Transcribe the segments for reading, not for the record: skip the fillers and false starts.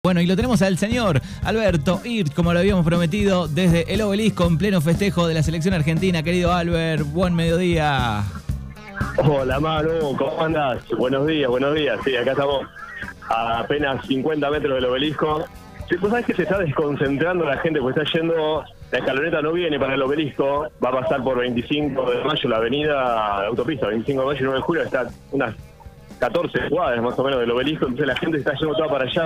Bueno, y lo tenemos al señor Alberto Hirt, como lo habíamos prometido, desde el Obelisco en pleno festejo de la selección argentina. Querido Albert, buen mediodía. Hola Manu, ¿cómo andás? Buenos días, sí, acá estamos a apenas 50 metros del Obelisco. Sí, pues sabés que se está desconcentrando la gente, porque está yendo, la escaloneta no viene para el Obelisco, va a pasar por 25 de mayo, la avenida, la autopista, 25 de mayo y 9 de julio, está unas 14 cuadras más o menos del Obelisco, entonces la gente está yendo toda para allá.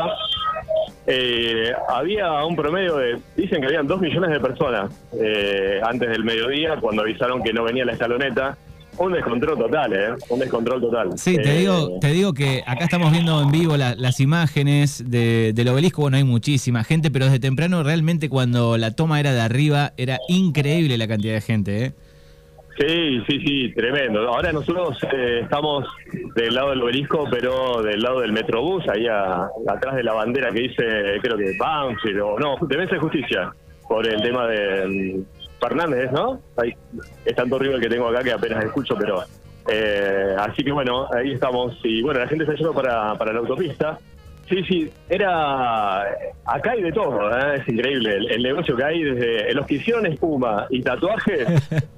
Había un promedio de, dicen que habían 2 millones de personas antes del mediodía, cuando avisaron que no venía la escaloneta. Un descontrol total, un descontrol total. Sí, te digo que acá estamos viendo en vivo las imágenes del Obelisco. Bueno, hay muchísima gente, pero desde temprano realmente cuando la toma era de arriba, era increíble la cantidad de gente, Sí, tremendo. Ahora nosotros estamos del lado del Obelisco, pero del lado del Metrobús, ahí atrás de la bandera que dice, creo que Banfield, o no, Defensa y Justicia, por el tema de Fernández, ¿no? Ahí es tanto ruido el que tengo acá que apenas escucho, pero así que bueno, ahí estamos. Y bueno, la gente está yendo para la autopista. Sí, acá hay de todo, es increíble el negocio que hay, desde los que hicieron espuma y tatuajes.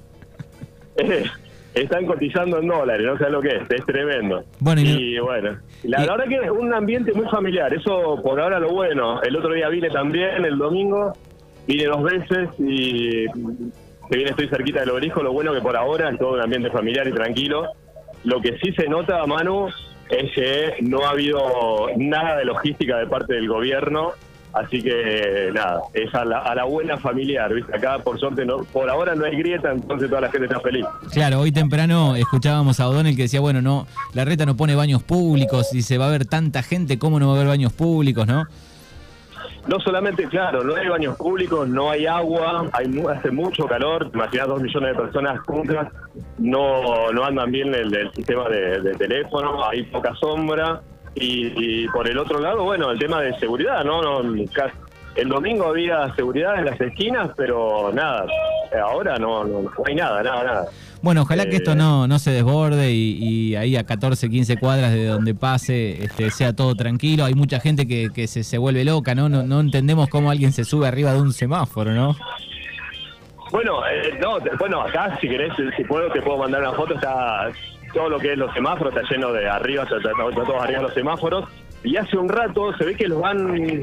Están cotizando en dólares, no sé lo que es tremendo. Bueno, la verdad que es un ambiente muy familiar, eso por ahora lo bueno. El otro día vine también, el domingo, vine 2 veces y si bien estoy cerquita del Obelisco, lo bueno que por ahora es todo un ambiente familiar y tranquilo. Lo que sí se nota, Manu, es que no ha habido nada de logística de parte del gobierno. Así que nada, es a la buena familiar, ¿viste? Acá por suerte por ahora no hay grieta, entonces toda la gente está feliz. Claro, hoy temprano escuchábamos a O'Donnell que decía, bueno, no, la reta no pone baños públicos y se va a ver tanta gente, ¿cómo no va a haber baños públicos, no? No solamente, claro, no hay baños públicos, no hay agua, hace mucho calor, imaginás 2 millones de personas juntas, no andan bien el sistema de teléfono, hay poca sombra. Y por el otro lado, bueno, el tema de seguridad, ¿no? El domingo había seguridad en las esquinas, pero nada, ahora no hay nada. Bueno, ojalá que esto no se desborde y ahí a 14, 15 cuadras de donde pase sea todo tranquilo. Hay mucha gente que se vuelve loca, ¿no? No entendemos cómo alguien se sube arriba de un semáforo, ¿no? Bueno, acá si querés, si puedo, te puedo mandar una foto, está todo lo que es los semáforos, está lleno de arriba, está todos arriba los semáforos, y hace un rato se ve que los han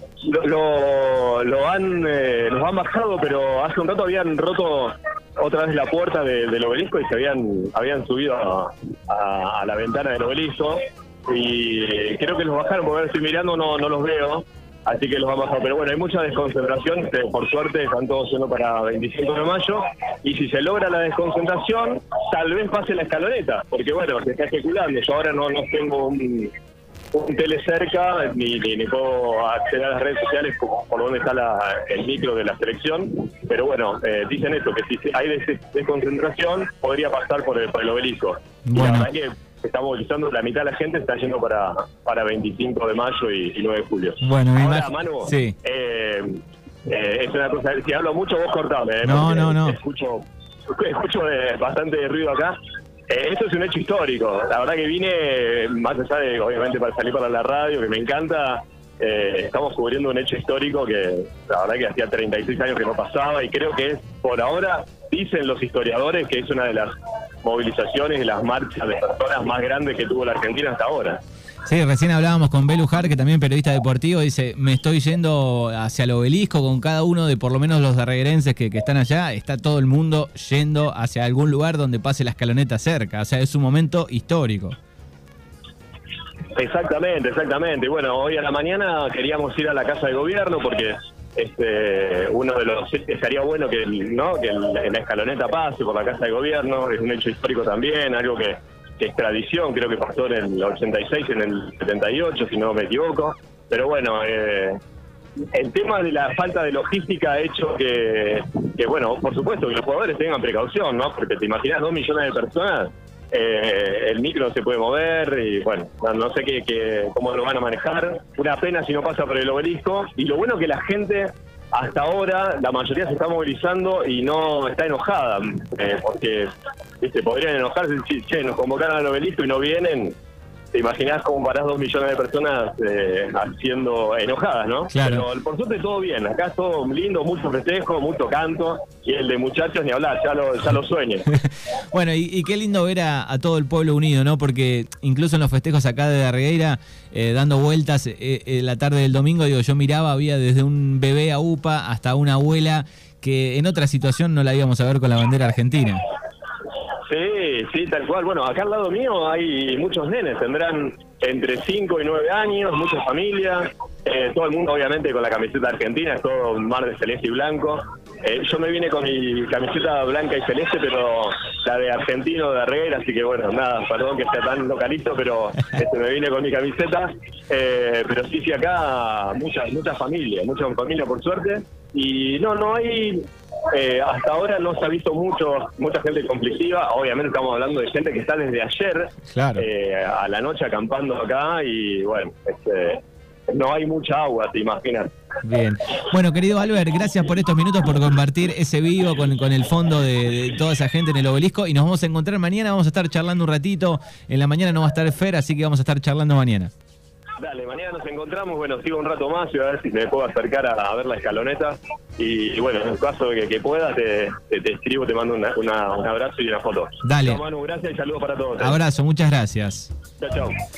bajado, pero hace un rato habían roto otra vez la puerta del Obelisco y se habían subido a la ventana del Obelisco, y creo que los bajaron, porque ahora estoy mirando, no los veo. Así que los vamos a... Pero bueno, hay mucha desconcentración, por suerte están todos yendo para 25 de mayo, y si se logra la desconcentración, tal vez pase la escaloneta, porque bueno, se está especulando. Yo ahora no tengo un tele cerca, ni puedo acceder a las redes sociales por donde está el micro de la selección, pero bueno, dicen esto, que si hay desconcentración, podría pasar por el Obelisco. Bueno. Y la verdad que se está movilizando, la mitad de la gente está yendo para 25 de mayo y 9 de julio. Bueno, ahora, Manu, sí. Es una cosa, si hablo mucho vos cortame. No. Escucho bastante ruido acá. Esto es un hecho histórico. La verdad que vine, más allá de, obviamente, para salir para la radio, que me encanta, estamos cubriendo un hecho histórico que la verdad que hacía 36 años que no pasaba, y creo que es, por ahora, dicen los historiadores, que es una de las movilizaciones y las marchas de personas más grandes que tuvo la Argentina hasta ahora. Sí, recién hablábamos con Belu Jar, que también periodista deportivo, dice, me estoy yendo hacia el Obelisco con cada uno de por lo menos los darreguerenses que están allá, está todo el mundo yendo hacia algún lugar donde pase la escaloneta cerca, o sea, es un momento histórico. Exactamente. Bueno, hoy a la mañana queríamos ir a la Casa de Gobierno porque uno de los... Estaría bueno que la escaloneta pase por la Casa de Gobierno, es un hecho histórico también, algo que es tradición, creo que pasó en el 86, en el 78, si no me equivoco. Pero bueno, el tema de la falta de logística ha hecho que bueno, por supuesto que los jugadores tengan precaución, ¿no? Porque te imaginas 2 millones de personas, el micro no se puede mover y bueno, no sé cómo lo van a manejar. Una pena si no pasa por el Obelisco, y lo bueno que la gente hasta ahora, la mayoría se está movilizando y no está enojada, porque podrían enojarse si nos convocaron al Obelisco y no vienen. te imaginás cómo parás 2 millones de personas haciendo enojadas, ¿no? Claro. Pero por suerte todo bien, acá es todo lindo, mucho festejo, mucho canto, y el de muchachos ni hablar, ya lo sueño. Bueno, y qué lindo ver a todo el pueblo unido, ¿no? Porque incluso en los festejos acá de Darregueira, dando vueltas la tarde del domingo, digo, yo miraba, había desde un bebé a UPA hasta una abuela que en otra situación no la íbamos a ver con la bandera argentina. Sí, tal cual. Bueno, acá al lado mío hay muchos nenes, tendrán entre 5 y 9 años, muchas familias, todo el mundo obviamente con la camiseta argentina, es todo un mar de celeste y blanco. Yo me vine con mi camiseta blanca y celeste, pero la de argentino de Darregueira, así que bueno, nada, perdón que sea tan localito, pero me vine con mi camiseta. Pero sí, acá muchas familias por suerte. Y no hay... hasta ahora no se ha visto mucha gente conflictiva. Obviamente estamos hablando de gente que está desde ayer, claro, a la noche acampando acá y bueno, no hay mucha agua, te imaginas. Bien. Bueno, querido Albert, gracias por estos minutos, por compartir ese vivo con el fondo de toda esa gente en el obelisco, y nos vamos a encontrar mañana, vamos a estar charlando un ratito. En la mañana no va a estar Fer, así que vamos a estar charlando mañana. Dale, mañana nos encontramos, bueno, sigo un rato más y a ver si me puedo acercar a ver la escaloneta. Y bueno, en el caso de que pueda, te escribo, te mando un abrazo y una foto. Dale. Chao, Manu, gracias y saludos para todos. Abrazo, muchas gracias. Chao.